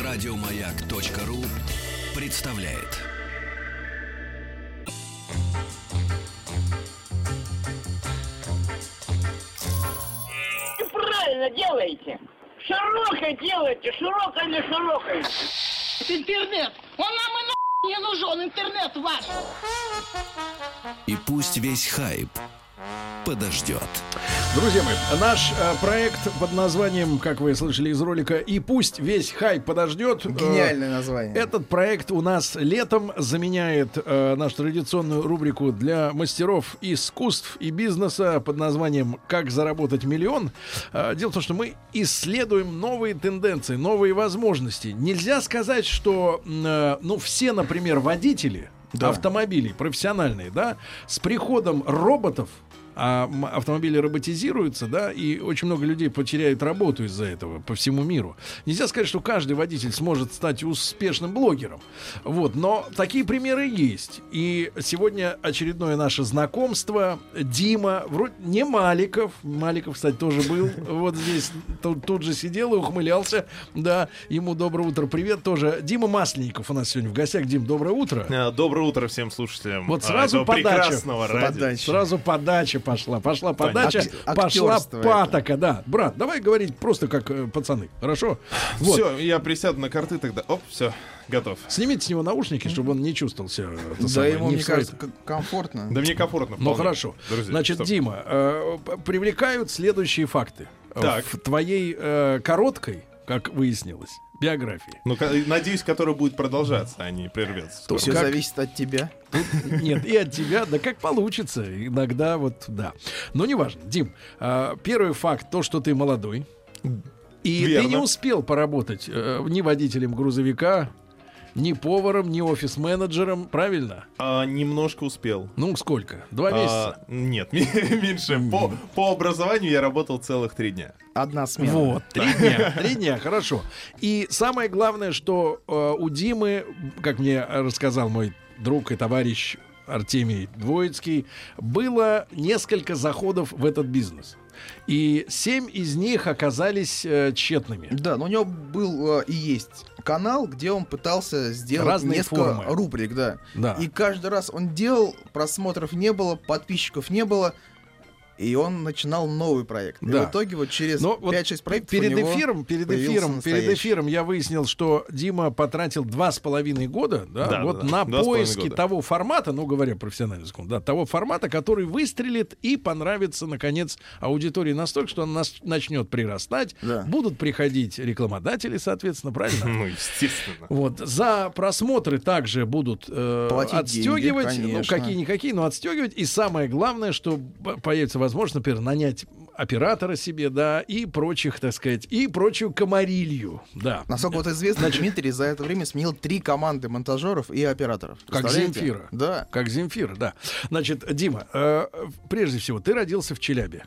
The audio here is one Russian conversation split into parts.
Радиомаяк.ру представляет. Правильно делаете. Широкой делайте, широкой или широкой. Интернет, он нам и не нужен, интернет ваш. И пусть весь хайп подождет. Друзья мои, наш проект под названием, как вы слышали из ролика, «И пусть весь хайп подождет». Гениальное название. Этот проект у нас летом заменяет нашу традиционную рубрику для мастеров искусств и бизнеса под названием «Как заработать миллион». Дело в том, что мы исследуем новые тенденции, новые возможности. Нельзя сказать, что все, например, водители автомобилей профессиональные, да, с приходом роботов, автомобили роботизируются, да, и очень много людей потеряют работу из-за этого по всему миру. Нельзя сказать, что каждый водитель сможет стать успешным блогером. Вот, но такие примеры есть. И сегодня очередное наше знакомство. Дима, вроде не Маликов. Маликов, кстати, тоже был вот здесь. Тут же сидел и ухмылялся. Да, ему доброе утро, привет тоже. Дима Масленников у нас сегодня в гостях. Дим, доброе утро. Доброе утро всем слушателям. Вот сразу подача. Сразу подача пошла подача, пошла патока, да. Брат, давай говорить просто как пацаны, хорошо? Вот. Все, я присяду на карты тогда. Оп, все, готов. Снимите с него наушники, чтобы он не чувствовал себя. Да, ему, мне кажется, комфортно. Да мне комфортно. Ну хорошо. Друзья, значит, стоп. Дима, привлекают следующие факты. Так. В твоей короткой, как выяснилось, биографии. Ну, надеюсь, которая будет продолжаться, а не прервется. То все зависит от тебя. Нет, и от тебя, да как получится. Иногда вот, да. Но неважно. Дим, первый факт, то, что ты молодой. И верно. Ты не успел поработать ни водителем грузовика, ни поваром, ни офис-менеджером, правильно? Немножко успел. Ну, сколько? 2 месяца? Нет, меньше. По образованию я работал целых 3 дня. Одна смена. Вот, 3 дня, хорошо. И самое главное, что у Димы, как мне рассказал мой друг и товарищ Артемий Двоицкий, было несколько заходов в этот бизнес. И 7 из них оказались тщетными. Да, но у него был и есть канал, где он пытался сделать разные несколько формы. рубрик, да. Да. И каждый раз он делал, просмотров не было, подписчиков не было. И он начинал новый проект. Да. И в итоге вот через 5-6 проектов перед у него эфиром я выяснил, что Дима потратил 2,5 года на поиски того формата, ну говоря профессионально, того формата, который выстрелит и понравится, наконец, аудитории настолько, что она начнет прирастать. Да. Будут приходить рекламодатели, соответственно, правильно? Ну, естественно. Вот. За просмотры также будут отстегивать. Деньги, ну, какие-никакие, но отстегивать. И самое главное, что появится возможно, например, нанять оператора себе, да, и прочих, так сказать, и прочую комарилью, да. Насколько вот известно, Дмитрий за это время сменил 3 команды монтажеров и операторов. Как Земфира. Да. Как Земфира, да. Значит, Дима, прежде всего, ты родился в Челябе.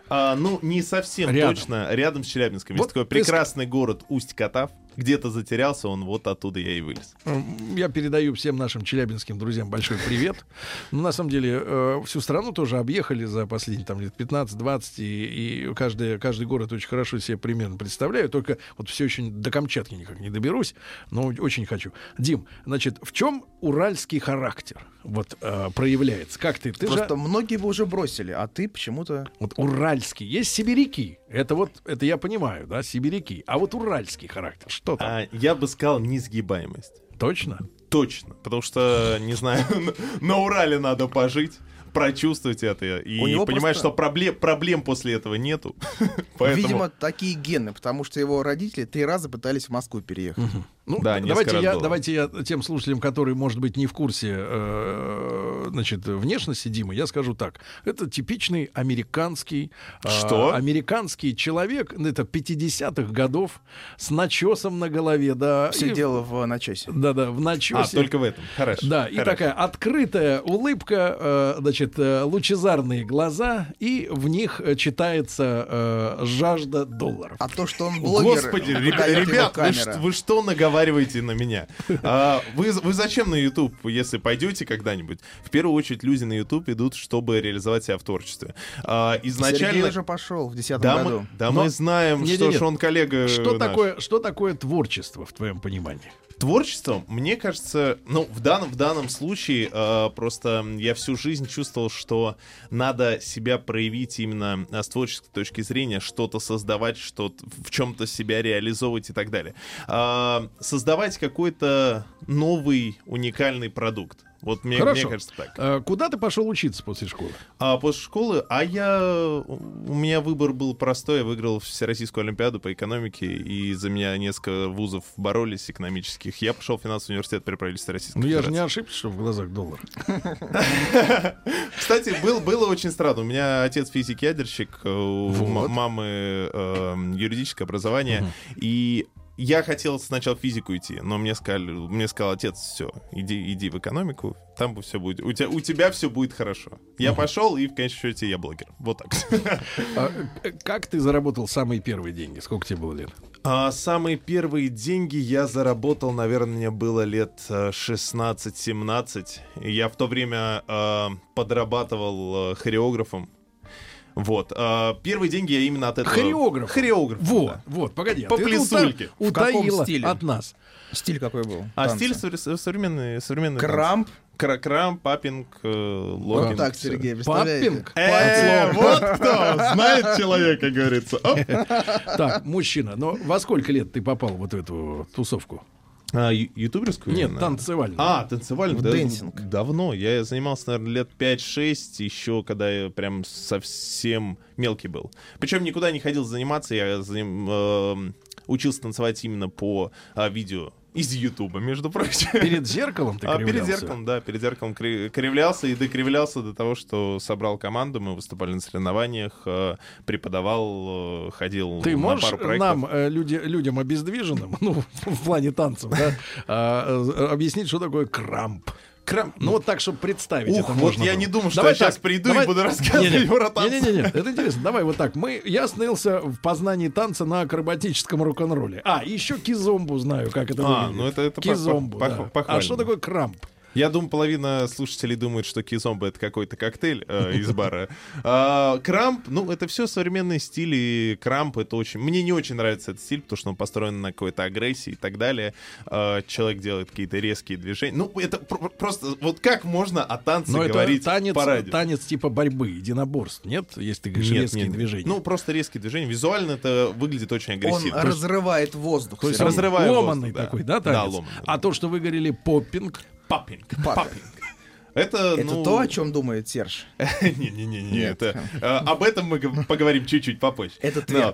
Не совсем рядом. точно. Рядом с Челябинском. Вот есть такой прекрасный город Усть-Катав. Где-то затерялся он, вот оттуда я и вылез. Я передаю всем нашим челябинским друзьям большой привет. Но на самом деле всю страну тоже объехали за последние лет 15-20, и каждый город очень хорошо себе примерно представляю. Только вот все еще до Камчатки никак не доберусь, но очень хочу. Дим, значит, в чем уральский характер проявляется? Как ты? Просто многие бы уже бросили, а ты почему-то... Вот уральский. Есть сибиряки. Это я понимаю, да, сибиряки. А вот уральский характер, что там? Я бы сказал несгибаемость. Точно? Точно. Потому что, не знаю, на Урале надо пожить, прочувствовать это и понимать, что проблем после этого нету. Поэтому... Видимо, такие гены, потому что его родители 3 раза пытались в Москву переехать. Угу. Ну, да, давайте я тем слушателям, которые, может быть, не в курсе внешности Димы, я скажу так. Это типичный американский человек, это 50-х годов, с начесом на голове. Да, Все дело в начесе. Да, в начесе. Только в этом. Хорошо. Да, и такая открытая улыбка, лучезарные глаза, и в них читается жажда долларов. А то, что он блогер... Господи, ребят, вы что наговариваете? свариваете на меня. Вы зачем на YouTube, если пойдете когда-нибудь? В первую очередь люди на YouTube идут, чтобы реализовать себя в творчестве. Изначально... Сергей уже пошел в 2010 году. Мы знаем, что он коллега Что такое творчество, в твоем понимании? Творчеством, мне кажется, в данном случае просто я всю жизнь чувствовал, что надо себя проявить именно с творческой точки зрения, что-то создавать, что-то в чем-то себя реализовывать и так далее. Создавать какой-то новый уникальный продукт. Вот мне кажется так. Куда ты пошел учиться после школы? После школы, у меня выбор был простой. Я выиграл Всероссийскую олимпиаду по экономике, и за меня несколько вузов боролись экономических. Я пошел в финансовый университет при правительстве Российской Федерации. Я же не ошибся, что в глазах доллар. Кстати, было очень странно. У меня отец физик-ядерщик, у мамы юридическое образование, и я хотел сначала в физику идти, но мне сказал отец: все, иди в экономику, там все будет. У тебя все будет хорошо. Я пошел, и в конечном счете я блогер. Вот так. Как ты заработал самые первые деньги? Сколько тебе было лет? Самые первые деньги я заработал, наверное, мне было лет 16-17. Я в то время подрабатывал хореографом. Вот. Первые деньги я именно от этого... Хореограф. Вот, погоди. По плясульке. В каком стиле? От нас. Стиль какой был? Стиль современный. Крамп? Крамп, паппинг, локинг. Вот так, Сергей, представляете? Паппинг? Вот кто знает человека, как говорится. Так, мужчина, но во сколько лет ты попал вот в эту тусовку? Ютуберскую? Нет, танцевальную. Танцевальную. Дэнсинг. Давно. Я занимался, наверное, лет 5-6, еще когда я прям совсем мелкий был. Причем никуда не ходил заниматься, я учился танцевать именно по видео. Из Ютуба, между прочим. Перед зеркалом ты кривлялся? Перед зеркалом, да. Перед зеркалом кривлялся и докривлялся до того, что собрал команду, мы выступали на соревнованиях, преподавал, ходил ты на пару проектов. Ты можешь нам, людям обездвиженным, в плане танцев, объяснить, что такое крамп? Ну вот так, чтобы представить это можно. Я не думаю, что я сейчас приду и буду рассказывать про танцы. Нет, это интересно. Давай вот так. Я остановился в познании танца на акробатическом рок-н-ролле. Еще кизомбу знаю, как это выглядит. Ну это кизомбу, похвально. А что такое крамп? Я думаю, половина слушателей думает, что кизомба — это какой-то коктейль из бара. Крамп, это все современные стили. Крамп — это очень... Мне не очень нравится этот стиль, потому что он построен на какой-то агрессии и так далее. Человек делает какие-то резкие движения. Это просто... Вот как можно о танце говорить по радио? Танец типа борьбы, единоборств, нет? Если ты говоришь резкие движения. Просто резкие движения. Визуально это выглядит очень агрессивно. Он разрывает воздух. То есть ломанный такой, да, танец? Да, ломанный. А то, что вы говорили поппинг... Паппинг. Это то, о чем думает Серж. Не. Об этом мы поговорим чуть-чуть попозже. Это тверк.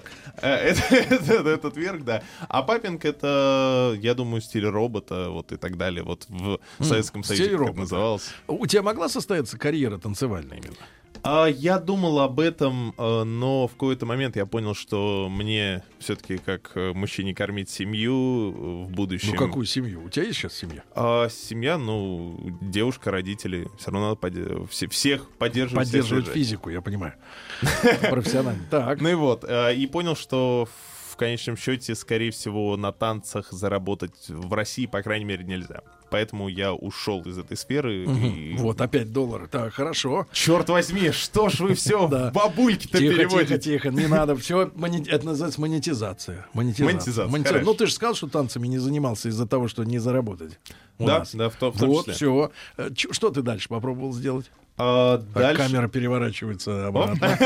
Это тверк, да. А паппинг — это, я думаю, стиль робота, вот и так далее. Вот в Советском Союзе как назывался. У тебя могла состояться карьера танцевальная именно? Я думал об этом, но в какой-то момент я понял, что мне все-таки как мужчине кормить семью в будущем. Какую семью? У тебя есть сейчас семья? Семья, девушка, родители. Все равно надо всех поддерживать. Поддерживать физику, я понимаю. Профессионально. Так. И понял, что в конечном счете, скорее всего, на танцах заработать в России, по крайней мере, нельзя. Поэтому я ушел из этой сферы. Вот опять доллары. Так, хорошо. Черт возьми, что ж вы все бабульки-то переводите? Тихо, не надо. Все, это называется монетизация. Монетизация. Ты же сказал, что танцами не занимался из-за того, что не заработать. Да, в том числе. Вот, все. Что ты дальше попробовал сделать? Дальше... Камера переворачивается обратно.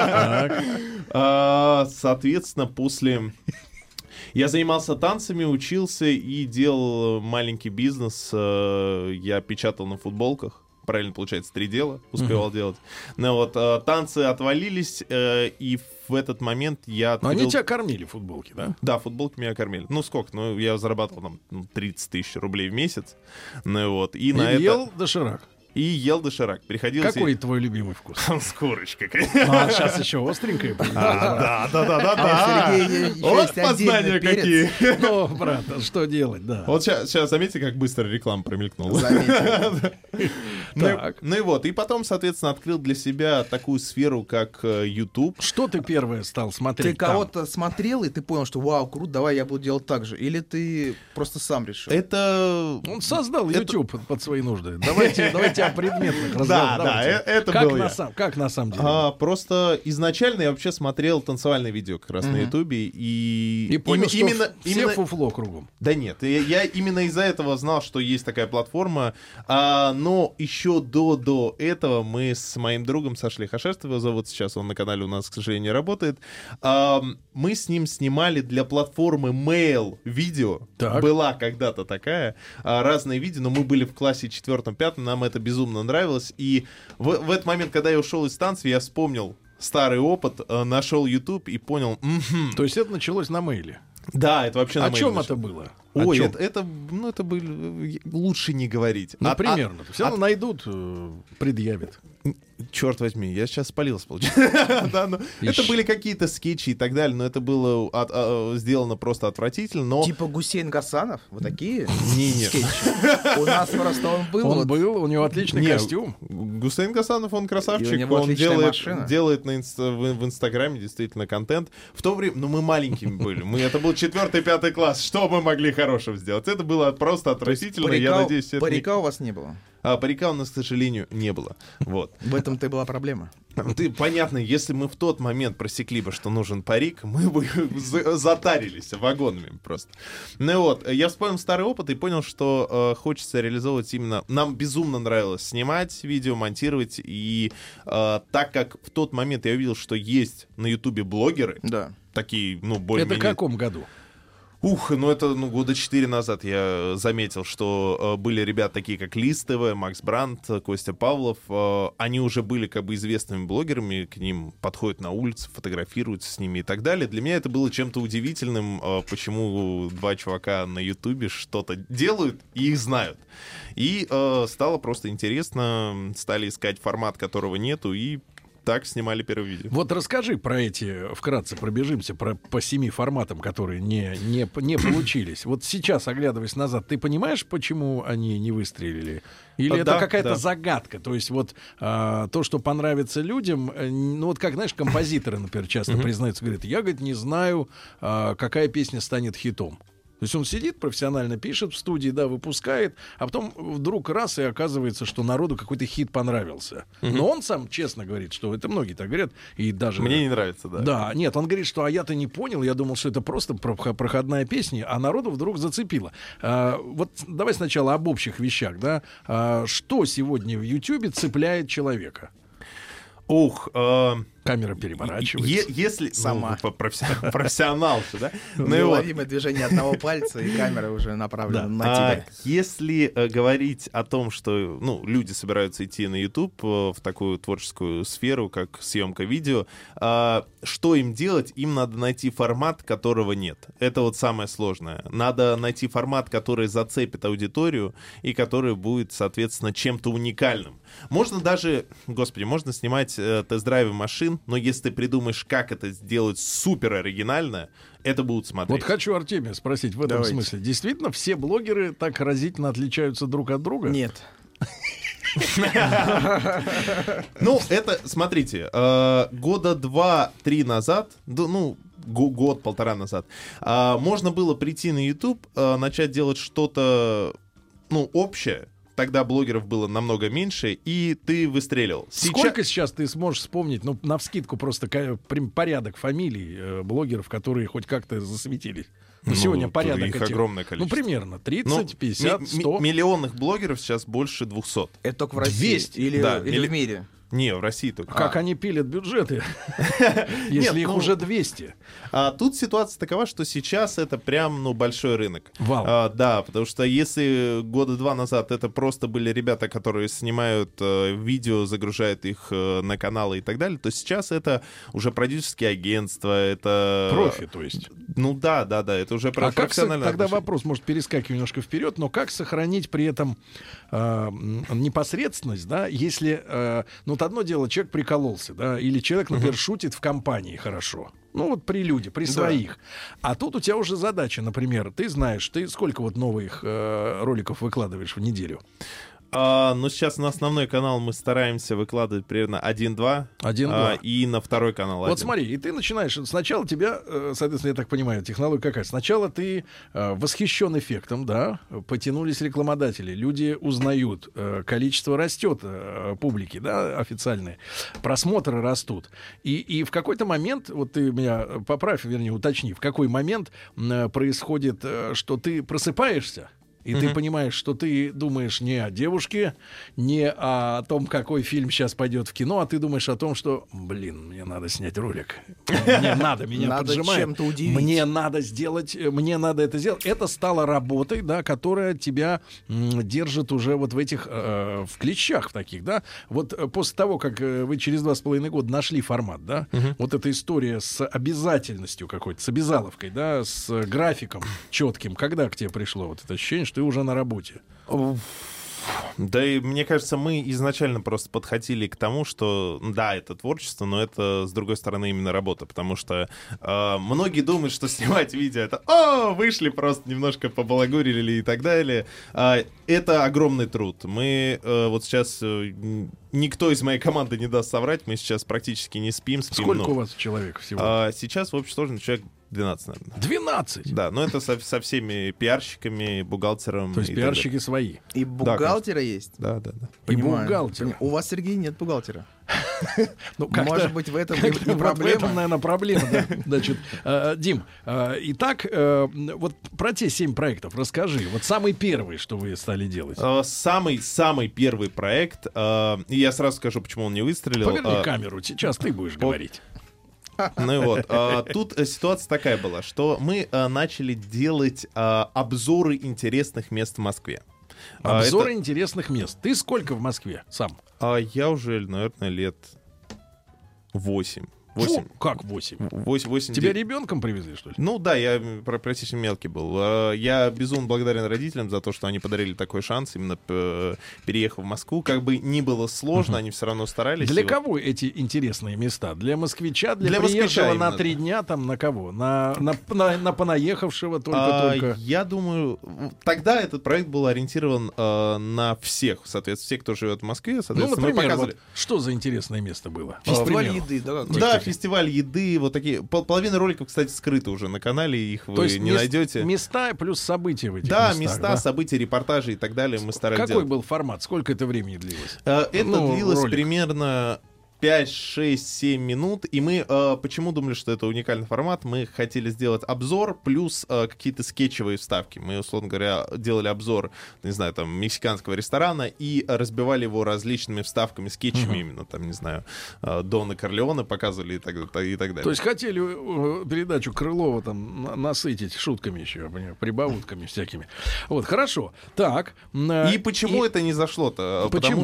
Соответственно, после... Я занимался танцами, учился и делал маленький бизнес. Я печатал на футболках. Правильно, получается, 3 дела успевал делать. Танцы отвалились, и в этот момент я открыл... Они тебя кормили, футболки, да? Да, футболки меня кормили. Сколько? Я зарабатывал 30 тысяч рублей в месяц. И ел доширак. И ел доширак. Какой твой любимый вкус? С курочкой, конечно. Сейчас еще остренькое. Да. Вот познания какие. Брат, что делать, да. Вот сейчас заметьте, как быстро реклама промелькнула. Так. Ну и вот, и потом, соответственно, открыл для себя такую сферу, как YouTube. Что ты первое стал смотреть Ты кого-то смотрел, и ты понял, что вау, круто, давай я буду делать так же. Или ты просто сам решил? Это... Он создал YouTube под свои нужды. Давайте о предметных разговорах. Да, это как был я. Как на самом деле? Просто изначально я вообще смотрел танцевальные видео как раз на Ютубе. И понял, что все фуфло кругом. Да нет, я именно из-за этого знал, что есть такая платформа. Но еще до этого мы с моим другом Сашей Хашерстовым, его зовут сейчас, он на канале у нас, к сожалению, не работает. Мы с ним снимали для платформы Mail видео. Так. Была когда-то такая. Разные видео, но мы были в классе 4-5, нам это безумно нравилось. И в этот момент, когда я ушел из станции, я вспомнил старый опыт, нашел YouTube и понял... То есть это началось на мейле? Да, это вообще на О Mail чем началось. это было? Ой, это были... Лучше не говорить. Ну, примерно. Все равно найдут, предъявят. Черт возьми, я сейчас спалился, получается. Да, это были какие-то скетчи и так далее, но это было сделано просто отвратительно, но... Типа Гусейн Гасанов? Вот такие Не-не. скетчи? У нас просто он был. Он был, у него отличный костюм. Гусейн Гасанов, он И у красавчик, него он отличная машина. делает в Инстаграме действительно контент. В то время, мы маленькими были, это был 4-5 класс, что мы могли хорошего сделать? Это было просто отвратительно, я надеюсь, это... Парика у вас не было? Парика у нас, к сожалению, не было. Вот. В этом-то и была проблема. Понятно, если мы в тот момент просекли бы, что нужен парик, мы бы затарились вагонами просто. Ну и вот, я вспомнил старый опыт и понял, что хочется реализовывать именно... Нам безумно нравилось снимать видео, монтировать, и так как в тот момент я увидел, что есть на Ютубе блогеры, Да. такие, более-менее... Это в каком году? Это года 4 назад я заметил, что были ребята такие, как Лиз ТВ, Макс Брандт, Костя Павлов. Они уже были как бы известными блогерами, к ним подходят на улице, фотографируются с ними и так далее. Для меня это было чем-то удивительным, почему два чувака на Ютубе что-то делают и их знают. И стало просто интересно, стали искать формат, которого нету, и так снимали первое видео. Вот расскажи про эти, вкратце пробежимся по 7 форматам, которые не получились. Вот сейчас, оглядываясь назад, ты понимаешь, почему они не выстрелили? Или это какая-то загадка? То есть вот то, что понравится людям, как, знаешь, композиторы, например, часто признаются, говорят, я, не знаю, какая песня станет хитом. То есть он сидит, профессионально пишет в студии, выпускает, а потом вдруг раз и оказывается, что народу какой-то хит понравился. Но он сам честно говорит, что это многие так говорят, и даже... Мне не нравится, да. Да, нет, он говорит, что я-то не понял, я думал, что это просто проходная песня, а народу вдруг зацепило. Вот давай сначала об общих вещах, да. Что сегодня в Ютьюбе цепляет человека? Камера переворачивается. Если Сама. Профессионал, да? Неуловимое движение одного пальца, и камера уже направлена на тебя. Если говорить о том, что люди собираются идти на YouTube в такую творческую сферу, как съемка видео, что им делать? Им надо найти формат, которого нет. Это вот самое сложное. Надо найти формат, который зацепит аудиторию и который будет, соответственно, чем-то уникальным. Можно даже, можно снимать тест-драйвы машин, но если ты придумаешь, как это сделать супер оригинально, это будут смотреть. Вот хочу Артемия спросить в этом смысле. Действительно, все блогеры так разительно отличаются друг от друга? Нет. Это, смотрите, года 2-3 назад, год-полтора назад, можно было прийти на YouTube, начать делать что-то, общее. Тогда блогеров было намного меньше, и ты выстреливал. Сколько сейчас ты сможешь вспомнить, навскидку просто порядок фамилий блогеров, которые хоть как-то засветились? Сегодня порядок их этих... огромное количество. Примерно 30, 50, 100. Миллионных блогеров сейчас больше 200. Это только в России 200? или в мире? Не, в России только. Как они пилят бюджеты, если их уже 200? Тут ситуация такова, что сейчас это прям, большой рынок. Вау. Да, потому что если года 2 назад это просто были ребята, которые снимают видео, загружают их на каналы и так далее, то сейчас это уже продюсерские агентства, это... Профи, то есть. Да, это уже профессионально. Тогда вопрос, может, перескакивать немножко вперед, но как сохранить при этом непосредственность, да, если... одно дело, человек прикололся, да, или человек, например, шутит в компании хорошо. При людях, при своих. А тут у тебя уже задача, например, ты знаешь, ты сколько новых роликов выкладываешь в неделю? Ну, сейчас на основной канал мы стараемся выкладывать примерно 1-2. 1-2. И на второй канал 1. Вот смотри, и ты начинаешь, сначала тебя, соответственно, я так понимаю, технология какая? Сначала ты восхищен эффектом, да, потянулись рекламодатели, люди узнают, количество растет публики, да, официальные, просмотры растут. И в какой-то момент, вот ты меня поправь, вернее, уточни, в какой момент происходит, что ты просыпаешься, и ты понимаешь, что ты думаешь не о девушке, не о том, какой фильм сейчас пойдет в кино, а ты думаешь о том, что, мне надо снять ролик. Мне надо, меня Надо поджимает. чем-то удивить. Мне надо сделать, мне надо это сделать. Это стало работой, да, которая тебя держит уже вот в этих, в клещах таких, да. Вот после того, как вы через 2,5 года нашли формат, да, вот эта история с обязательностью какой-то, с обязаловкой, да, с графиком четким, когда к тебе пришло вот это ощущение, что ты уже на работе? Да и мне кажется, мы изначально просто подходили к тому, что да, это творчество, но это, с другой стороны, именно работа, потому что многие думают, что снимать видео — это вышли, просто немножко побалагурили и так далее. Это огромный труд. Мы вот сейчас... Никто из моей команды не даст соврать, мы сейчас практически не спим. Сколько у вас человек всего? Сейчас в общей сложности человек 12, наверное. 12? Да, но это со всеми пиарщиками, бухгалтером. То есть пиарщики свои. И бухгалтера есть? Да. И Понимаю. бухгалтер. У вас, Сергей, нет бухгалтера. Ну, Может быть, в этом и в этом, проблема? наверное, проблема. Да. Значит, Дим, итак, вот про те 7 проектов расскажи. Вот самый первый, что вы стали делать. Самый первый проект, и я сразу скажу, почему он не выстрелил. Поверни камеру, сейчас ты будешь говорить. Ну и вот, тут ситуация такая была, что мы начали делать обзоры интересных мест в Москве. Обзоры интересных мест. Ты сколько в Москве сам? Я уже, наверное, лет 8. Фу, как 8? 8 Тебя ребенком привезли, что ли? Ну да, я практически мелкий был. Я безумно благодарен родителям за то, что они подарили такой шанс, именно переехав в Москву. Как бы ни было сложно, они все равно старались. Для кого эти интересные места? Для москвича? Для приезжего на 3 дня? Там на кого? На понаехавшего только? Я думаю, тогда этот проект был ориентирован на всех. Соответственно, все, кто живет в Москве, соответственно, например, мы показывали. вот, что за интересное место было? Фестиваль еды, да? Да, фестиваль еды, вот такие. Половина роликов, кстати, скрыты уже на канале, их вы не найдете. Места плюс события в этих местах. местах, Да, события, репортажи и так далее мы старались делать. Какой был формат? Сколько это времени длилось? Это длилось ролик. Примерно 5, 6, 7 минут. И мы почему думали, что это уникальный формат? Мы хотели сделать обзор плюс какие-то скетчевые вставки. Мы, условно говоря, делали обзор, не знаю, там, мексиканского ресторана и разбивали его различными вставками, скетчами именно, там, не знаю, Дона Корлеоне показывали и так далее. То есть хотели передачу Крылова там насытить шутками еще, прибаутками всякими. Вот, хорошо. Так. И почему это не зашло-то? Почему? Потому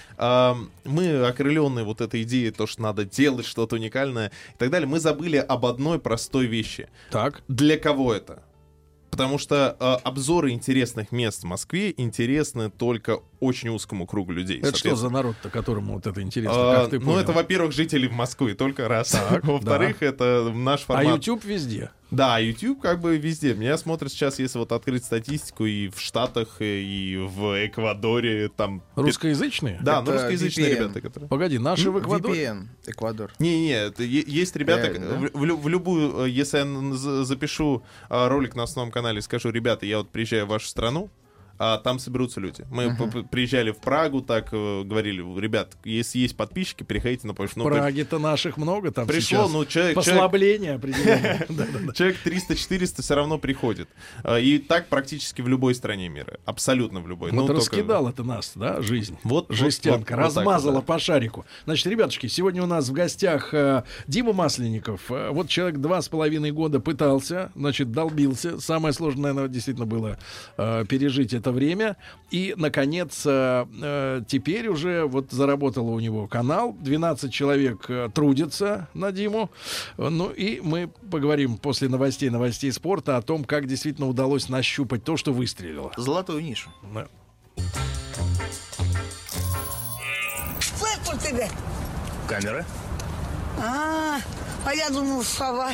что мы, окрыленные вот этой идеей, то, что надо делать что-то уникальное и так далее, мы забыли об одной простой вещи. Так. Для кого это? Потому что обзоры интересных мест в Москве интересны только очень узкому кругу людей. Это что за народ-то, которому вот это интересно? Как ты понял? Ну, это, во-первых, жители в Москве, только раз. Так, во-вторых, это наш формат. А YouTube везде? Да, YouTube как бы везде. Меня смотрят сейчас, если вот открыть статистику, и в Штатах, и в Эквадоре, там... Русскоязычные? Да, Это ну русскоязычные VPN. ребята, которые... Погоди, наши в Эквадоре? VPN, Эквадор. Не, есть ребята, Реально, в любую, если я запишу ролик на основном канале и скажу, ребята, я вот приезжаю в вашу страну, там соберутся люди. Мы приезжали в Прагу, так говорили, ребят, если есть подписчики, переходите на почту. В Праге-то наших много там пришло, сейчас. Ну, человек... Послабление определенное. Человек 300-400 все равно приходит. И так практически в любой стране мира. Абсолютно в любой. Вот раскидал это нас, да, жизнь. Вот жестянка, вот размазала так, да. по шарику. Значит, ребятушки, сегодня у нас в гостях Дима Масленников. Вот человек 2,5 года пытался, значит, долбился. Самое сложное, наверное, действительно было пережить это время. И, наконец, теперь уже вот заработал у него канал. 12 человек трудятся на Диму. Ну и мы поговорим после новостей спорта о том, как действительно удалось нащупать то, что выстрелило. Золотую нишу. Да. Что это у тебя? Камера? А я думал, сова.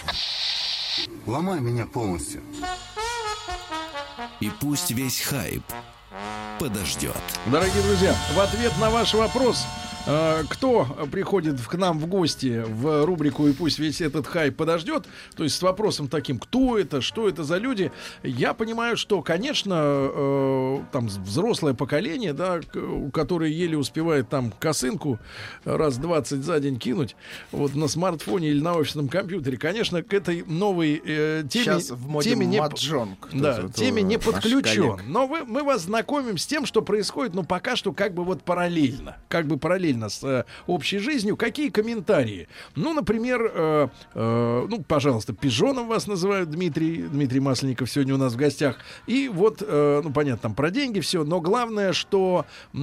Ломай меня полностью. И пусть весь хайп подождет. Дорогие друзья, в ответ на ваш вопрос, кто приходит к нам в гости в рубрику «И пусть весь этот хайп подождет», то есть с вопросом таким, кто это, что это за люди, я понимаю, что, конечно, там взрослое поколение, да, которое еле успевает там косынку раз 20 за день кинуть вот на смартфоне или на офисном компьютере, конечно, к этой новой теме, Сейчас в моде маджонг. теме не подключен. Но мы вас знакомим с тем, что происходит, ну, пока что как бы вот параллельно с общей жизнью. Какие комментарии? Ну, например, ну, пожалуйста, Пижоном вас называют, Дмитрий Масленников сегодня у нас в гостях. И вот, ну, понятно, там про деньги все, но главное, что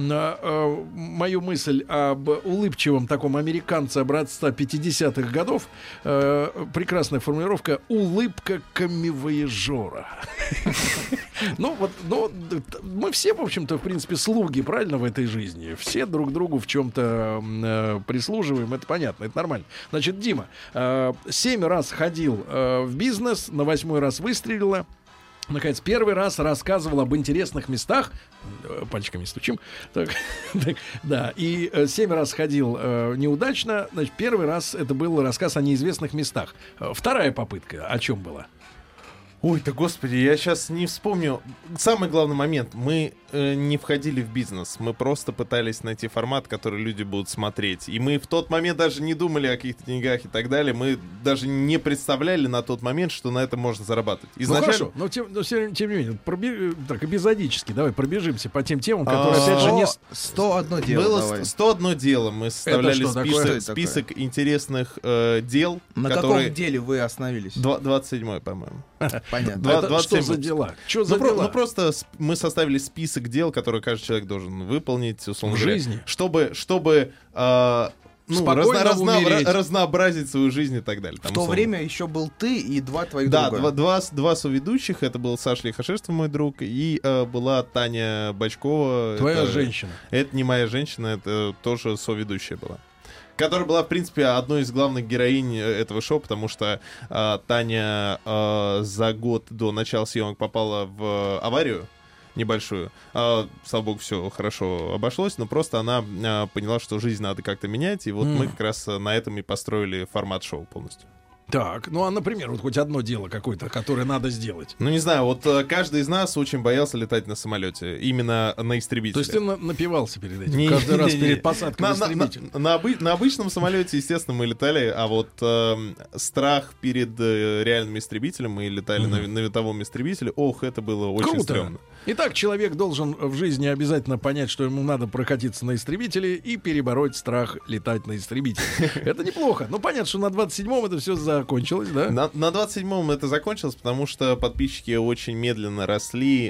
мою мысль об улыбчивом таком американце образца 50-х годов, прекрасная формулировка «улыбка камевояжера». Ну, вот, мы все, в общем-то, в принципе, слуги, правильно, в этой жизни. Все друг другу в чем-то прислуживаем, это понятно, это нормально. Значит, Дима 7 раз ходил в бизнес, на 8-й раз выстрелила. Наконец, 1-й раз рассказывал об интересных местах. Пальчиками стучим. Так, да, и 7 раз ходил неудачно. Значит, 1-й раз это был рассказ о неизвестных местах. 2-я попытка о чем была? Ой-то, господи, я сейчас не вспомню. Самый главный момент. Мы не входили в бизнес. Мы просто пытались найти формат, который люди будут смотреть. И мы в тот момент даже не думали о каких-то деньгах и так далее. Мы даже не представляли на тот момент, что на этом можно зарабатывать. Изначально... Ну хорошо, но тем не менее, так, эпизодически, давай пробежимся по тем темам, которые, опять же, не... 101 дело. Было давай. 101 дело. Мы составляли список интересных дел. На каком деле вы остановились? 27-й, по-моему. Понятно. Это что за дела? Ну, просто мы составили список дел, которые каждый человек должен выполнить, условно говоря, жизни. Чтобы разнообразить свою жизнь и так далее. В то время еще был ты и 2 твоих друга. Да, два соведущих. Это был Саша Лихошерство, мой друг, и была Таня Бочкова. Твоя женщина. Это не моя женщина, это тоже соведущая была. Которая была, в принципе, одной из главных героинь этого шоу, потому что Таня за год до начала съемок попала в аварию небольшую. Слава богу, все хорошо обошлось, но просто она поняла, что жизнь надо как-то менять, и вот мы как раз на этом и построили формат шоу полностью. Так, ну а, например, вот хоть одно дело какое-то, которое надо сделать. Ну, не знаю, вот каждый из нас очень боялся летать на самолете, именно на истребителе. То есть ты напивался перед этим, каждый раз перед посадкой на истребитель? На обычном самолете, естественно, мы летали, а вот страх перед реальным истребителем, мы летали на винтовом истребителе, это было очень стрёмно. Итак, человек должен в жизни обязательно понять, что ему надо прокатиться на истребителе и перебороть страх летать на истребителе. Это неплохо. Ну, понятно, что на 27-м это все закончилось, да? На 27-м это закончилось, потому что подписчики очень медленно росли.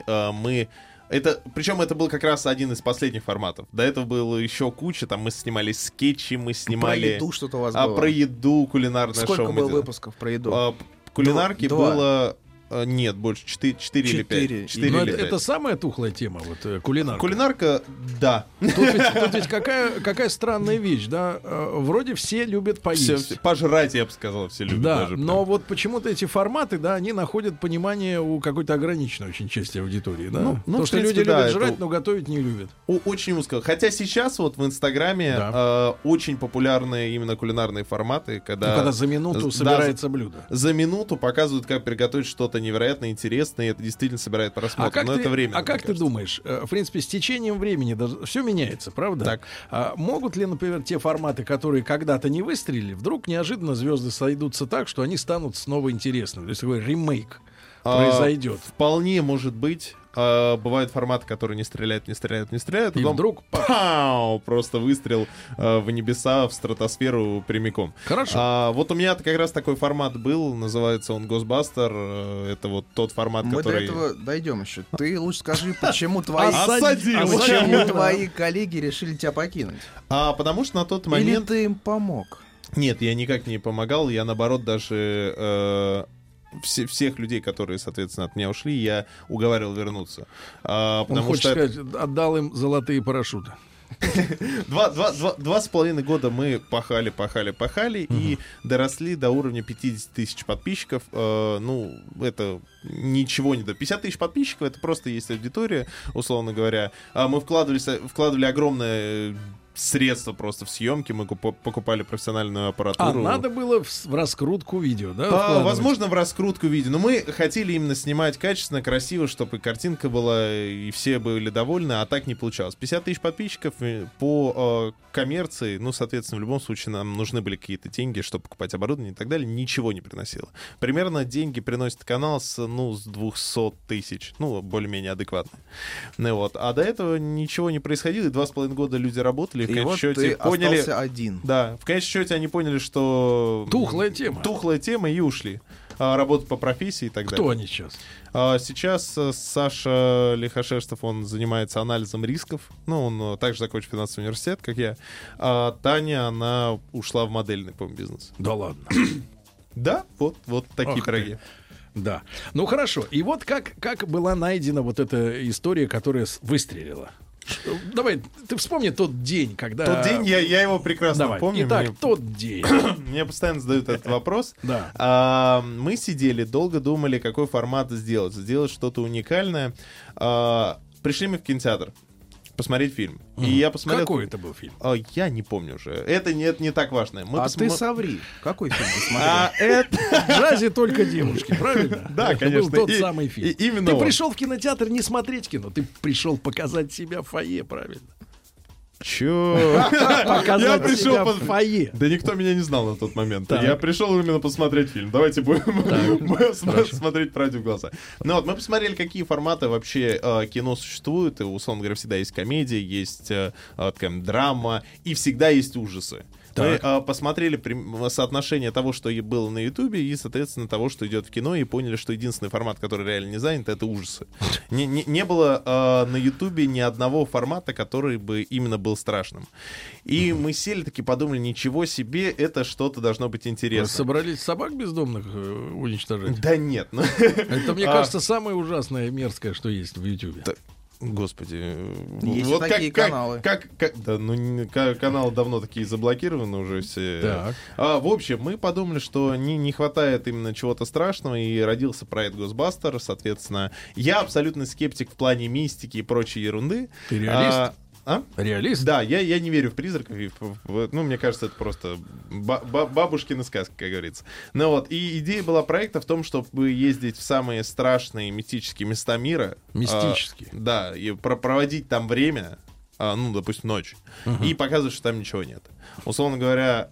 Причем это был как раз один из последних форматов. До этого было еще куча. Там мы снимали скетчи, мы снимали... Про еду что-то у вас было. Про еду, кулинарное шоу. Сколько было выпусков про еду? Кулинарки 2. было... Нет, больше 4 или 5. Но это самая тухлая тема, вот кулинарка. Кулинарка, да. Тут ведь какая странная вещь, да? Вроде все любят поесть. Пожрать, я бы сказал, все любят. Да, даже, но вот почему-то эти форматы, да, они находят понимание у какой-то ограниченной очень части аудитории, да? Потому что люди любят жрать, но готовить не любят. Очень узко. Хотя сейчас вот в Инстаграме очень популярные именно кулинарные форматы, когда за минуту собирается блюдо. За минуту показывают, как приготовить что-то невероятно интересное, и это действительно собирает просмотр. Как ты думаешь, в принципе, с течением времени все меняется, правда? Так. Могут ли, например, те форматы, которые когда-то не выстрелили, вдруг неожиданно звезды сойдутся так, что они станут снова интересными? То есть такой ремейк произойдет. Вполне может быть. Бывают форматы, которые не стреляют. И потом вдруг просто выстрел в небеса, в стратосферу прямиком. Хорошо. Вот у меня как раз такой формат был, называется он Госбастер. Это вот тот формат, который... Мы до этого дойдем еще. Ты лучше скажи, почему твои коллеги решили тебя покинуть? Потому что на тот момент... Или ты им помог? Нет, я никак не помогал. Я, наоборот, даже... всех людей, которые, соответственно, от меня ушли, я уговаривал вернуться. Он хочет сказать, отдал им золотые парашюты. Два с половиной года мы пахали, и доросли до уровня 50 тысяч подписчиков. Ну, это ничего не до 50 тысяч подписчиков, это просто есть аудитория, условно говоря. Мы вкладывали огромное средства просто в съемки, мы покупали профессиональную аппаратуру. Надо было в раскрутку видео, да? Возможно, в раскрутку видео. Но мы хотели именно снимать качественно, красиво, чтобы картинка была, и все были довольны, а так не получалось. 50 тысяч подписчиков по коммерции, ну, соответственно, в любом случае нам нужны были какие-то деньги, чтобы покупать оборудование и так далее, ничего не приносило. Примерно деньги приносит канал с 200 тысяч, ну, более-менее адекватно. Ну, вот. А до этого ничего не происходило, и 2,5 года люди работали, в конечном счете поняли... остался один. Да, в конечном счете они поняли, что... Тухлая тема, и ушли. Работать по профессии и так далее. Кто они сейчас? Сейчас Саша Лихошерстов, он занимается анализом рисков. Ну, он также закончил финансовый университет, как я. А Таня, она ушла в модельный, по-моему, бизнес. Да ладно. Да, вот такие Ах пироги. ты. Да. Ну хорошо. И вот как была найдена вот эта история, которая выстрелила? Давай, ты вспомни тот день, когда... Тот день, я его прекрасно Давай. помню. Итак, тот день. Мне постоянно задают этот вопрос. Да. Мы сидели, долго думали, какой формат сделать что-то уникальное. Пришли мы в кинотеатр посмотреть фильм. И я посмотрел... Какой это был фильм? Я не помню уже. Это не так важно. Ты соври. Какой фильм ты смотрел? В джазе только девушки, правильно? Да, Это конечно. был тот самый фильм. Именно Ты он. пришел в кинотеатр не смотреть кино, ты пришел показать себя в фойе, правильно? Чё? Показать пришел себя в фойе. Да никто меня не знал на тот момент. Так. Я пришел именно посмотреть фильм. Давайте будем смотреть правде в глаза. Ну вот, мы посмотрели, какие форматы вообще кино существуют. И, условно говоря, всегда есть комедия, есть такая драма, и всегда есть ужасы. Мы посмотрели соотношение того, что и было на Ютубе, и, соответственно, того, что идет в кино, и поняли, что единственный формат, который реально не занят, это ужасы. Не было на Ютубе ни одного формата, который бы именно был страшным. И мы сели таки подумали, ничего себе, это что-то должно быть Вы интересно. собрались собак бездомных уничтожать? Да нет. Это, мне кажется, самое ужасное, мерзкое, что есть в Ютубе. Господи. Есть вот такие каналы. Да, ну, каналы давно такие заблокированы уже все. Так. В общем, мы подумали, что не хватает именно чего-то страшного, и родился проект Ghostbuster. Соответственно, я абсолютно скептик в плане мистики и прочей ерунды. Ты реалист? Реалист? Да, я не верю в призраков. Ну, мне кажется, это просто бабушкины сказки, как говорится. Ну вот, и идея была проекта в том, чтобы ездить в самые страшные мистические места мира. Мистические? Да, и проводить там время, ну, допустим, ночь, и показывать, что там ничего нет. Условно говоря,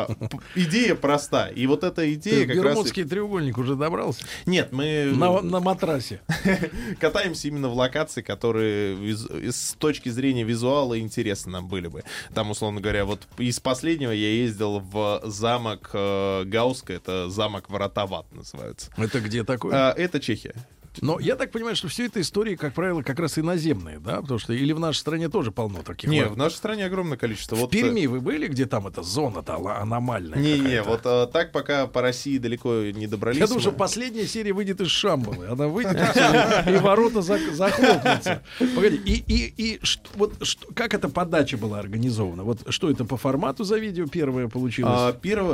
идея проста. И вот эта идея Ты как раз... Бермудский треугольник уже добрался? Нет, мы... На матрасе. Катаемся именно в локации, которые с точки зрения визуала интересны нам были бы. Там, условно говоря, вот из последнего я ездил в замок Гауска, это замок Врата в ад называется. Это где такое? Это Чехия. Но я так понимаю, что все это истории, как правило, как раз иноземные, да? Потому что или в нашей стране тоже полно таких. Не, в нашей стране огромное количество. В Перми вы были, где там эта зона-то аномальная? Не, вот так пока по России далеко не добрались. Я думаю, что последняя серия выйдет из Шамбалы. Она выйдет, и ворота захлопнутся. Погоди, как эта подача была организована? Вот что это по формату за видео первое получилось?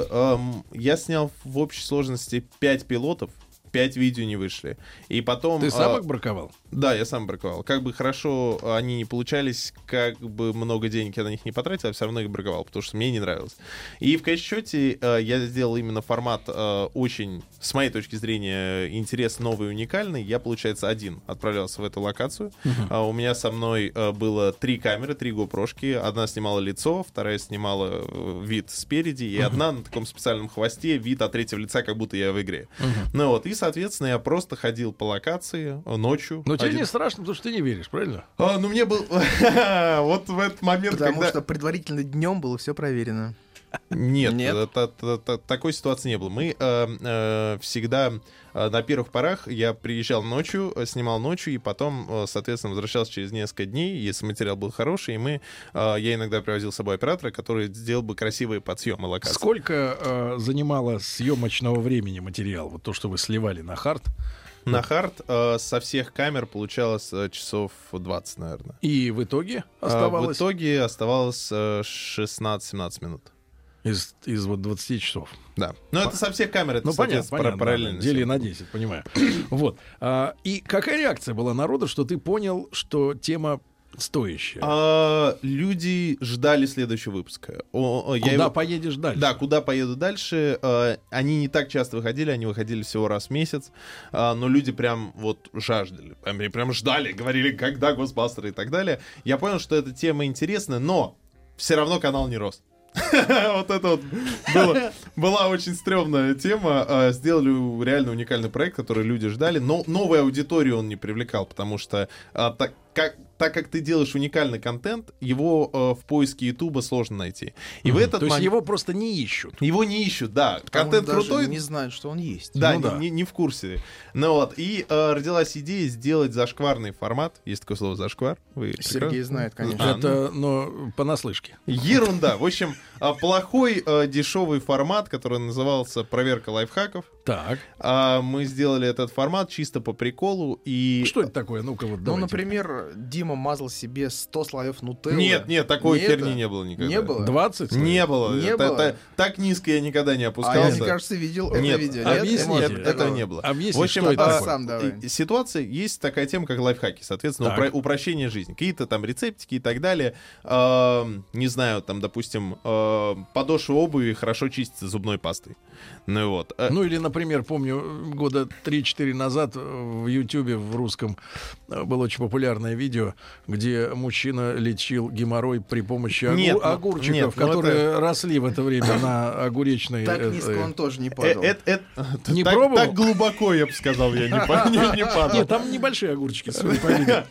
Я снял в общей сложности 5 пилотов. 5 видео не вышли. И потом... Ты сам их браковал? Да, я сам браковал. Как бы хорошо они не получались, как бы много денег я на них не потратил, я все равно их браковал, потому что мне не нравилось. И в конечном счете я сделал именно формат очень, с моей точки зрения, интересный, новый, уникальный. Я, получается, один отправлялся в эту локацию. У меня со мной было 3 камеры, 3 GoPro-шки. Одна снимала лицо, вторая снимала вид спереди, и одна на таком специальном хвосте вид от третьего лица, как будто я в игре. Ну вот, и, соответственно, я просто ходил по локации ночью. Но тебе не страшно, потому что ты не веришь, правильно? Ну, мне был... Вот в этот момент, Потому что предварительно днем было все проверено. Нет, такой ситуации не было. Мы всегда на первых порах я приезжал ночью, снимал ночью, и потом, соответственно, возвращался через несколько дней, если материал был хороший, и я иногда привозил с собой оператора, который сделал бы красивые подсъемы локаций. Сколько занимало съемочного времени материал? Вот то, что вы сливали на хард? На хард со всех камер получалось часов 20, наверное. И в итоге оставалось? В итоге оставалось 16-17 минут. Из вот 20 часов. Да. Но это со всех камер, это, понятно, параллельно. Дели на 10, понимаю. Вот. И какая реакция была народа, что ты понял, что тема стоящая? Люди ждали следующего выпуска. Куда поедешь дальше? Да, куда поеду дальше. Они не так часто выходили, они выходили всего раз в месяц. Но люди прям вот жаждали. Они прям ждали, говорили, когда Госбастеры и так далее. Я понял, что эта тема интересна, но все равно канал не рос. Вот это вот была очень стрёмная тема. Сделали реально уникальный проект, который люди ждали, но новую аудиторию он не привлекал, потому что так как ты делаешь уникальный контент, его в поиске Ютуба сложно найти. И в этот То есть его просто не ищут. Его не ищут, да. Потому Контент даже крутой. не знают, что он есть. Да, не в курсе. Ну вот, и родилась идея сделать зашкварный формат. Есть такое слово зашквар. Сергей знает, конечно. Это, но понаслышке. Ерунда. В общем, плохой дешевый формат, который назывался «Проверка лайфхаков». Так. Мы сделали этот формат чисто по приколу. И... Что это такое? Ну-ка вот Ну, давайте. например, Дима мазал себе 100 слоев нутеллы. Нет, такой херни не было никогда. Не было? 20? Не было. Не было? Так низко я никогда не А опускался. я, мне кажется, видел это Нет, видео. объясните. этого не было. Объясни, В общем, что это такое? Сам давай. ситуация, есть такая тема, как лайфхаки, соответственно, Так. упрощение жизни. Какие-то там рецептики и так далее. Не знаю, там, допустим, подошва обуви хорошо чистится зубной пастой. Ну вот. Ну или, например, помню, года 3-4 назад в Ютьюбе, в русском, было очень популярное видео, где мужчина лечил геморрой при помощи огурчиков, которые росли в это время на огуречной... Так низко он тоже не падал. Не пробовал? Так глубоко, я бы сказал, я не падал. Нет, там небольшие огурчики, судя по видео.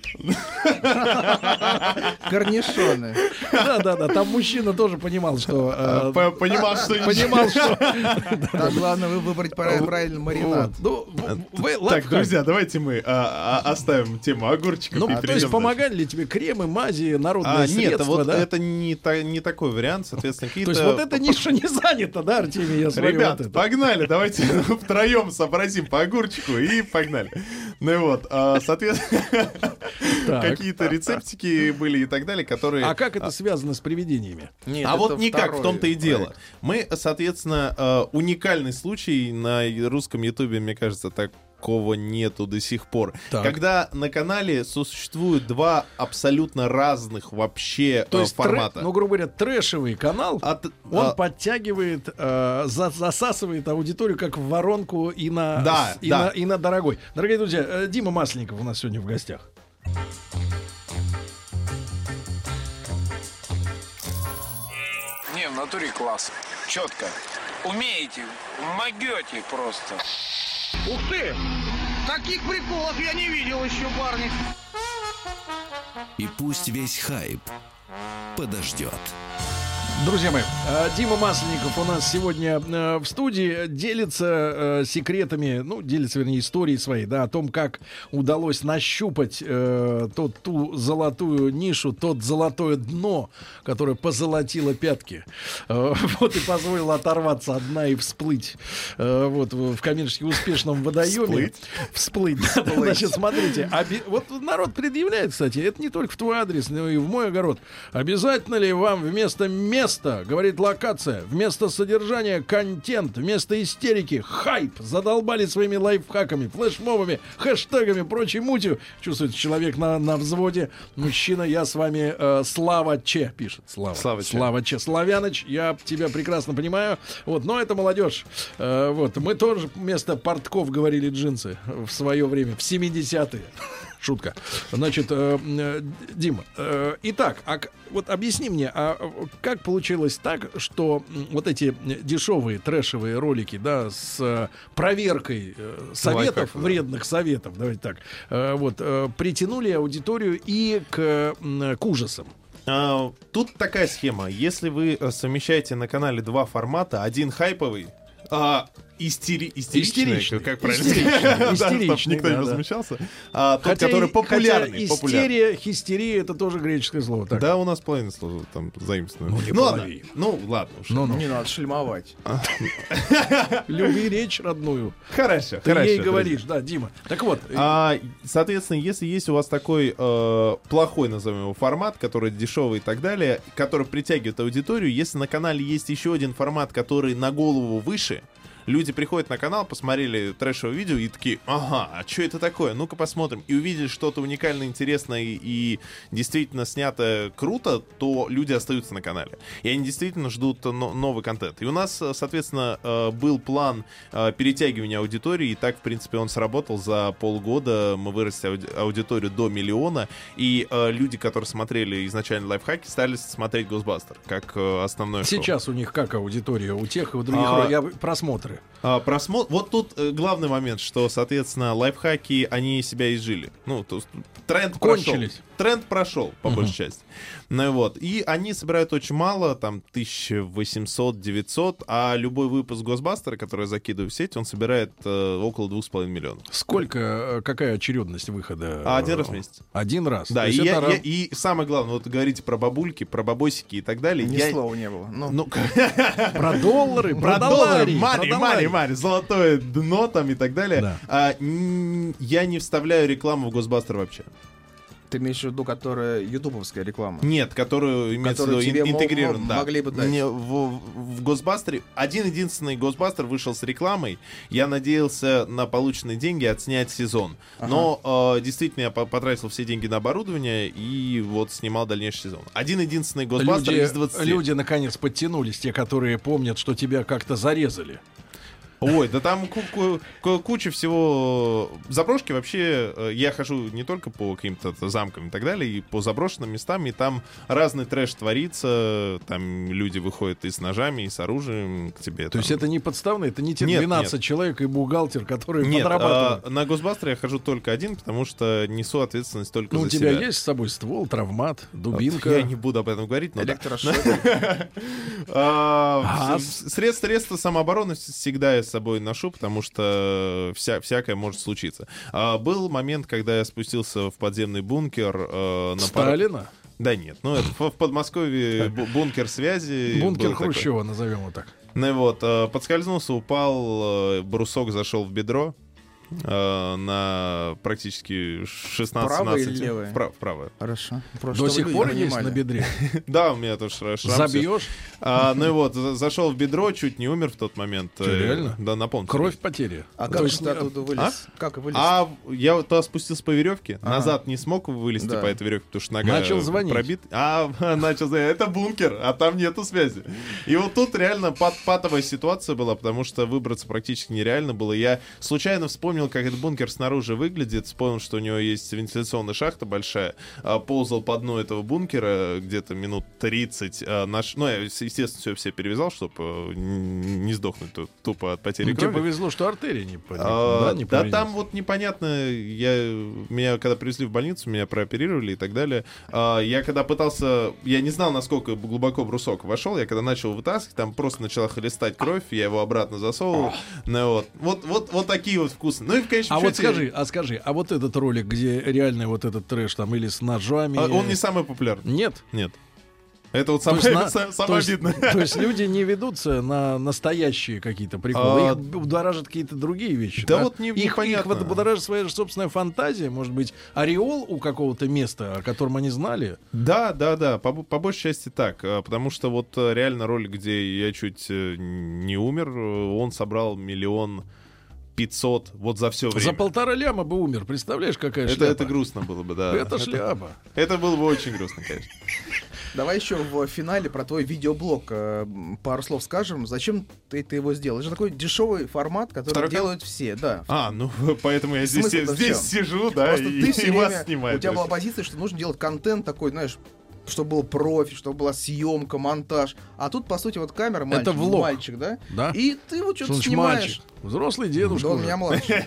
Корнишоны. Да, там мужчина тоже понимал, что... Понимал, что Понимал, что... Там главное выбрать правильный маринад. Так, друзья, давайте мы оставим тему огурчиков. Ну, и то есть перейдем помогали ли тебе кремы, мази, народные дальше. Нет, средства, вот да? это не такой вариант, соответственно, То какие-то... есть вот эта ниша не занята, да, Артемий, я смотрю, Ребят, вот это. погнали, давайте втроем сообразим по огурчику и погнали. Ну и вот, соответственно, Так. какие-то рецептики были и так далее, которые... А как это связано с привидениями? Нет, А вот это никак, второй в том-то и дело. проект. Мы, соответственно, уникальный случай на русском ютубе, мне кажется, такого нету до сих пор. Так. Когда на канале существуют два абсолютно разных вообще То есть, формата. ну, грубо говоря, трэшевый канал, он подтягивает, засасывает аудиторию как в воронку и на, и на дорогой. Дорогие друзья, Дима Масленников у нас сегодня в гостях. Не, в натуре класс. Четко. Умеете, могете просто. Ух ты! Таких приколов я не видел еще, парни. И пусть весь хайп подождет. Друзья мои, Дима Масленников у нас сегодня в студии, делится секретами, ну, делится, вернее, историей своей, да, о том, как удалось нащупать ту золотую нишу, тот золотое дно, которое позолотило пятки, вот, и позволило оторваться от дна и всплыть, вот, в коммерчески успешном водоеме. Всплыть. Да. Значит, смотрите, вот народ предъявляет, кстати, это не только в твой адрес, но и в мой огород. Обязательно ли вам вместо места, говорит локация, вместо содержания контент, вместо истерики хайп, задолбали своими лайфхаками, флешмобами, хэштегами, прочей мутью. Чувствуется человек на взводе. Мужчина, я с вами Слава Че, пишет. Слава Че. Славяныч, я тебя прекрасно понимаю. Вот, но это молодежь. Вот, мы тоже вместо портков говорили джинсы в свое время, в 70-е. Шутка. Значит, Дима, итак, вот объясни мне, как получилось так, что вот эти дешевые трэшевые ролики, да, с проверкой советов, вредных советов, давайте так, вот, притянули аудиторию и к ужасам? Тут такая схема. Если вы совмещаете на канале два формата, один хайповый, истеричный, как правильно сказать, истеричный, никто не возмущался, тот, который популярный. Хистерия — это тоже греческое слово. Так. Да, у нас половина слова там заимствована. Ну ладно уж. Не надо шлемовать. Люби речь родную. Хорошо. Ты ей говоришь, да, Дима. Так вот. Соответственно, если есть у вас такой плохой, назовем его, формат, который дешевый и так далее, который притягивает аудиторию, если на канале есть еще один формат, который на голову выше, люди приходят на канал, посмотрели трэшевое видео и такие: ага, а что это такое? Ну-ка посмотрим. И увидели что-то уникальное, интересное и действительно снято круто, то люди остаются на канале. И они действительно ждут новый контент. И у нас, соответственно, был план перетягивания аудитории, и так, в принципе, он сработал. За полгода мы выросли аудиторию до 1 миллиона, и люди, которые смотрели изначально лайфхаки, стали смотреть Ghostbusters как основное шоу. Сейчас у них как аудитория? У тех и у других просмотры. Вот тут главный момент, что, соответственно, лайфхаки, они себя изжили. Ну, то есть тренд кончились. Прошел. Тренд прошел, по большей части. Ну вот. И они собирают очень мало, там 1800-900, а любой выпуск Ghostbusters, который я закидываю в сеть, он собирает около 2,5 миллионов. Какая очередность выхода? Один раз в месяц. Один раз. Да, и самое главное, вот говорите про бабульки, про бабосики и так далее. Ни слова не было. Про доллары, про доллары. Мари, золотое дно там и так далее. Да. Я не вставляю рекламу в Ghostbusters вообще. Ты имеешь в виду, которая ютубовская реклама? Нет, которую имеется в виду интегрирован. Могли бы дать. В Ghostbusters один-единственный Ghostbusters вышел с рекламой. Я надеялся на полученные деньги отснять сезон. Но действительно я потратил все деньги на оборудование и вот снимал дальнейший сезон. Один-единственный Ghostbusters из 20. Люди наконец подтянулись, те, которые помнят, что тебя как-то зарезали. Ой, да там куча всего. Заброшки вообще, я хожу не только по каким-то замкам и так далее, и по заброшенным местам, и там разный трэш творится, там люди выходят и с ножами, и с оружием к тебе. То есть это не подставные, это не те 12 человек и бухгалтер, которые подрабатывают? На Ghostbusters я хожу только один, потому что несу ответственность только за себя. У тебя есть с собой ствол, травмат, дубинка? Я не буду об этом говорить, но электрошокер. Средства самообороны всегда я с собой ношу, потому что всякое может случиться. Был момент, когда я спустился в подземный бункер. Сталина? Да нет, это в Подмосковье бункер связи. Бункер Хрущева, назовем его так. Ну вот, подскользнулся, упал, брусок зашел в бедро. На практически 16-17. Правое или левое? Вправо. Хорошо. До сих пор есть на бедре? Да, у меня тоже шрам. Забьешь? Ну и вот, зашел в бедро, чуть не умер в тот момент. Реально? Да, напомню. Кровь потери. А как же ты оттуда вылез? Как вылез? Я вот туда спустился по веревке, назад не смог вылезти по этой веревке, потому что нога начал звонить. Пробита. Начал звонить. Это бункер, а там нету связи. И вот тут реально патовая ситуация была, потому что выбраться практически нереально было. Я случайно вспомнил, как этот бункер снаружи выглядит, вспомнил, что у него есть вентиляционная шахта большая, ползал по дну этого бункера где-то минут 30. Я, естественно, все перевязал, чтобы не сдохнуть тупо от потери крови. Тебе повезло, что артерия не повредилась. Да, там вот непонятно. Меня когда привезли в больницу, меня прооперировали и так далее. Я когда пытался... Я не знал, насколько глубоко брусок вошел. Я когда начал вытаскивать, там просто начала хлестать кровь, я его обратно засовывал. Вот такие вот вкусы. Ну и в конечном счете... Скажи, а вот этот ролик, где реально вот этот трэш там или с ножами... Он не самый популярный. Нет? Нет. Это вот самое обидное. То есть люди не ведутся на настоящие какие-то приколы. Их будоражат какие-то другие вещи. Да вот непонятно. Их будоражит своя же собственная фантазия. Может быть, ореол у какого-то места, о котором они знали? Да. По большей части так. Потому что вот реально ролик, где я чуть не умер, он собрал 1 500 000 вот за все время. За 1,5 ляма бы умер. Представляешь, какая шляпа? Это грустно было бы, да. Это шляпа. Это было бы очень грустно, конечно. Давай еще в финале про твой видеоблог пару слов скажем. Зачем ты его сделал? Это же такой дешевый формат, который делают все. Да. Поэтому я здесь сижу, да, просто и ты вас снимаю. У тебя была позиция, что нужно делать контент такой, знаешь, чтобы был профи, чтобы была съемка, монтаж. А тут, по сути, вот камера, мальчик, это влог. Мальчик, да? Да. И ты вот что-то снимаешь. Мальчик. Взрослый дедушка. Да, он меня младший.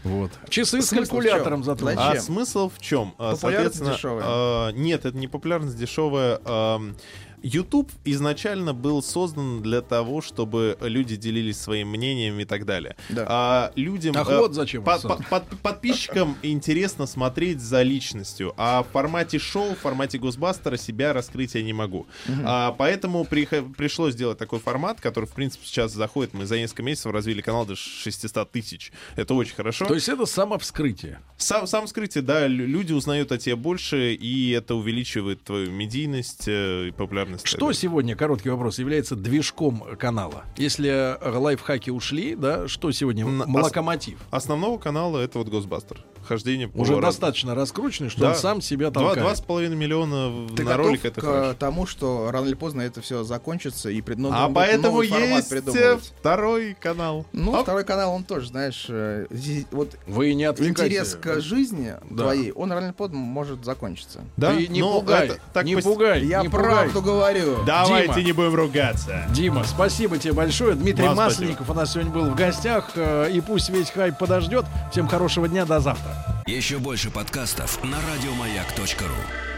Вот. Часы с Смысл в калькулятором чём? зато. Зачем? А смысл в чем? Популярность дешевая. Нет, это не популярность дешевая. YouTube изначально был создан для того, чтобы люди делились своим мнением и так далее. Да. Людям, Ах, вот зачем он создан. подписчикам интересно смотреть за личностью, а в формате шоу, в формате Госбастера себя раскрыть я не могу. Поэтому пришлось сделать такой формат, который, в принципе, сейчас заходит. Мы за несколько месяцев развили канал до 600 тысяч. Это очень хорошо. То есть это самовскрытие. Сам вскрытие, да, люди узнают о тебе больше, и это увеличивает твою медийность и популярность. Что сегодня, короткий вопрос, является движком канала? Если лайфхаки ушли, да, что сегодня локомотив? Основного канала это вот Госбастер. Хождение по Уже достаточно раскрученный, что он сам себя толкает. 2,5 миллиона Ты на ролик, это к хорошо. тому, что рано или поздно это все закончится, и Поэтому новый формат есть придумывать. второй канал. Ну, второй канал, он тоже, знаешь, вот Вы не отвлекайте. интерес к жизни твоей, он рано или поздно может закончиться. Да? Ты не Но пугай, это так не пугай. Я не правду говорю. Давайте Дима. не будем ругаться. Дима, спасибо тебе большое. Дмитрий Вам Масленников у нас сегодня был в гостях. И пусть весь хайп подождет. Всем хорошего дня, до завтра. Еще больше подкастов на радиомаяк.ру.